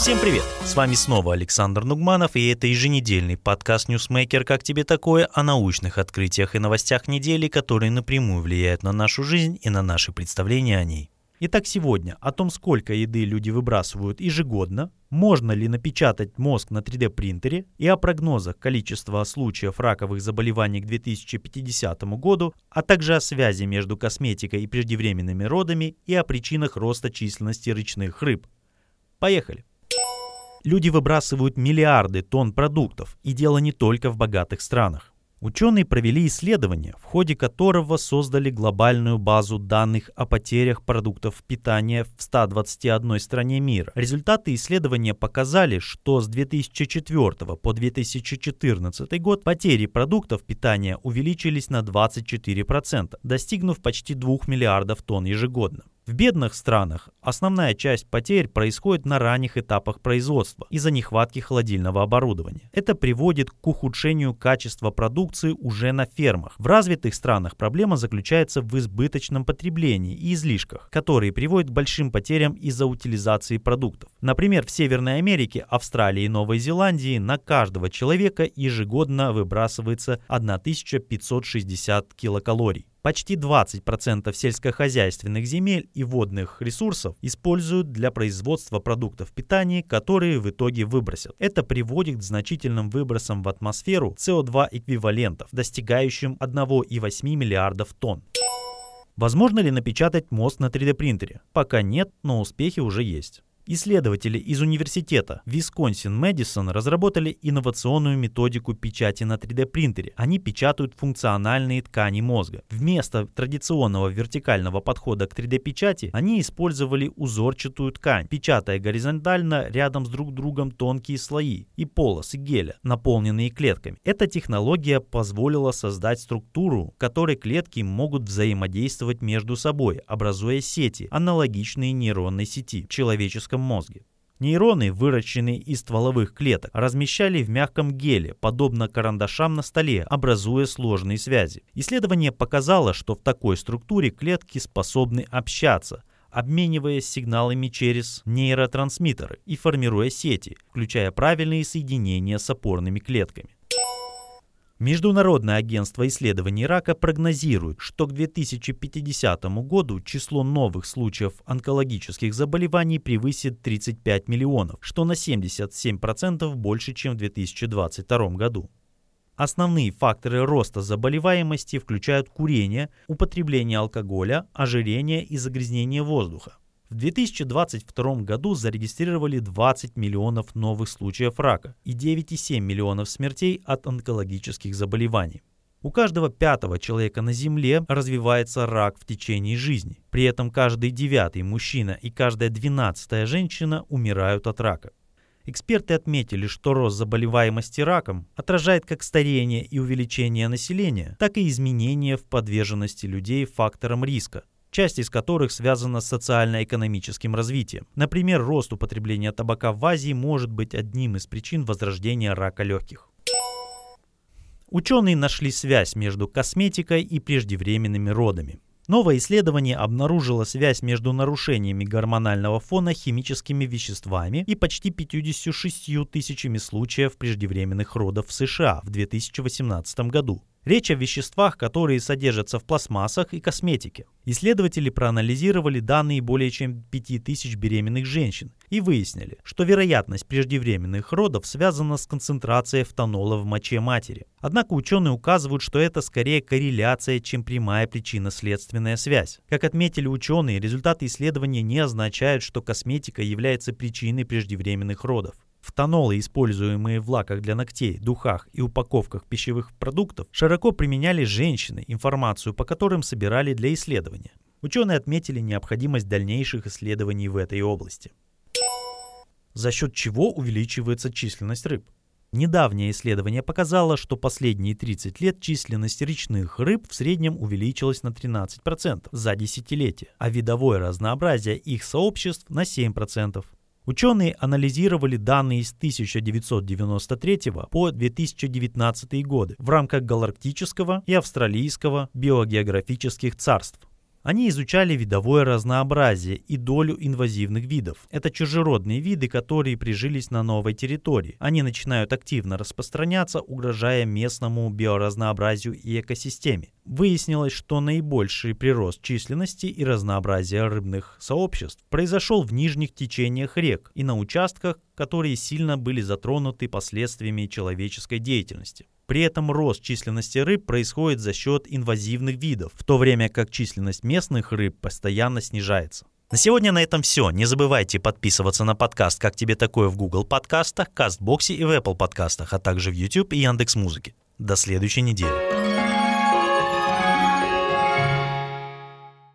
Всем привет! С вами снова Александр Нугманов, и это еженедельный подкаст «Ньюсмейкер. Как тебе такое?» о научных открытиях и новостях недели, которые напрямую влияют на нашу жизнь и на наши представления о ней. Итак, сегодня о том, сколько еды люди выбрасывают ежегодно, можно ли напечатать мозг на 3D-принтере и о прогнозах количества случаев раковых заболеваний к 2050 году, а также о связи между косметикой и преждевременными родами и о причинах роста численности речных рыб. Поехали! Люди выбрасывают миллиарды тонн продуктов, и дело не только в богатых странах. Ученые провели исследование, в ходе которого создали глобальную базу данных о потерях продуктов питания в 121 стране мира. Результаты исследования показали, что с 2004 по 2014 год потери продуктов питания увеличились на 24%, достигнув почти 2 миллиардов тонн ежегодно. В бедных странах основная часть потерь происходит на ранних этапах производства из-за нехватки холодильного оборудования. Это приводит к ухудшению качества продукции уже на фермах. В развитых странах проблема заключается в избыточном потреблении и излишках, которые приводят к большим потерям из-за утилизации продуктов. Например, в Северной Америке, Австралии и Новой Зеландии на каждого человека ежегодно выбрасывается 1560 килокалорий. Почти 20% сельскохозяйственных земель и водных ресурсов используют для производства продуктов питания, которые в итоге выбросят. Это приводит к значительным выбросам в атмосферу СО2 эквивалентов, достигающим 1,8 миллиардов тонн. Возможно ли напечатать мозг на 3D-принтере? Пока нет, но успехи уже есть. Исследователи из университета Висконсин-Мэдисон разработали инновационную методику печати на 3D-принтере. Они печатают функциональные ткани мозга. Вместо традиционного вертикального подхода к 3D-печати они использовали узорчатую ткань, печатая горизонтально рядом с друг другом тонкие слои и полосы геля, наполненные клетками. Эта технология позволила создать структуру, в которой клетки могут взаимодействовать между собой, образуя сети, аналогичные нейронной сети в человеческом мозге. Нейроны, выращенные из стволовых клеток, размещали в мягком геле, подобно карандашам на столе, образуя сложные связи. Исследование показало, что в такой структуре клетки способны общаться, обмениваясь сигналами через нейротрансмиттеры и формируя сети, включая правильные соединения с опорными клетками. Международное агентство исследований рака прогнозирует, что к 2050 году число новых случаев онкологических заболеваний превысит 35 миллионов, что на 77% больше, чем в 2022 году. Основные факторы роста заболеваемости включают курение, употребление алкоголя, ожирение и загрязнение воздуха. В 2022 году зарегистрировали 20 миллионов новых случаев рака и 9,7 миллионов смертей от онкологических заболеваний. У каждого 5-го человека на Земле развивается рак в течение жизни. При этом каждый 9-й мужчина и каждая 12-я женщина умирают от рака. Эксперты отметили, что рост заболеваемости раком отражает как старение и увеличение населения, так и изменения в подверженности людей факторам риска, часть из которых связана с социально-экономическим развитием. Например, рост употребления табака в Азии может быть одним из причин возрождения рака легких. Ученые нашли связь между косметикой и преждевременными родами. Новое исследование обнаружило связь между нарушениями гормонального фона химическими веществами и почти 56 тысячами случаев преждевременных родов в США в 2018 году. Речь о веществах, которые содержатся в пластмассах и косметике. Исследователи проанализировали данные более чем 5000 беременных женщин и выяснили, что вероятность преждевременных родов связана с концентрацией фтанола в моче матери. Однако ученые указывают, что это скорее корреляция, чем прямая причинно-следственная связь. Как отметили ученые, результаты исследования не означают, что косметика является причиной преждевременных родов. Фтанолы, используемые в лаках для ногтей, духах и упаковках пищевых продуктов, широко применяли женщины, информацию по которым собирали для исследования. Ученые отметили необходимость дальнейших исследований в этой области. За счет чего увеличивается численность рыб? Недавнее исследование показало, что последние 30 лет численность речных рыб в среднем увеличилась на 13% за десятилетие, а видовое разнообразие их сообществ на 7%. Ученые анализировали данные с 1993 по 2019 годы в рамках галактического и австралийского биогеографических царств. Они изучали видовое разнообразие и долю инвазивных видов. Это чужеродные виды, которые прижились на новой территории. Они начинают активно распространяться, угрожая местному биоразнообразию и экосистеме. Выяснилось, что наибольший прирост численности и разнообразия рыбных сообществ произошел в нижних течениях рек и на участках, которые сильно были затронуты последствиями человеческой деятельности. При этом рост численности рыб происходит за счет инвазивных видов, в то время как численность местных рыб постоянно снижается. На сегодня на этом все. Не забывайте подписываться на подкаст «Как тебе такое» в Google подкастах, Кастбоксе и в Apple подкастах, а также в YouTube и Яндекс.Музыке. До следующей недели.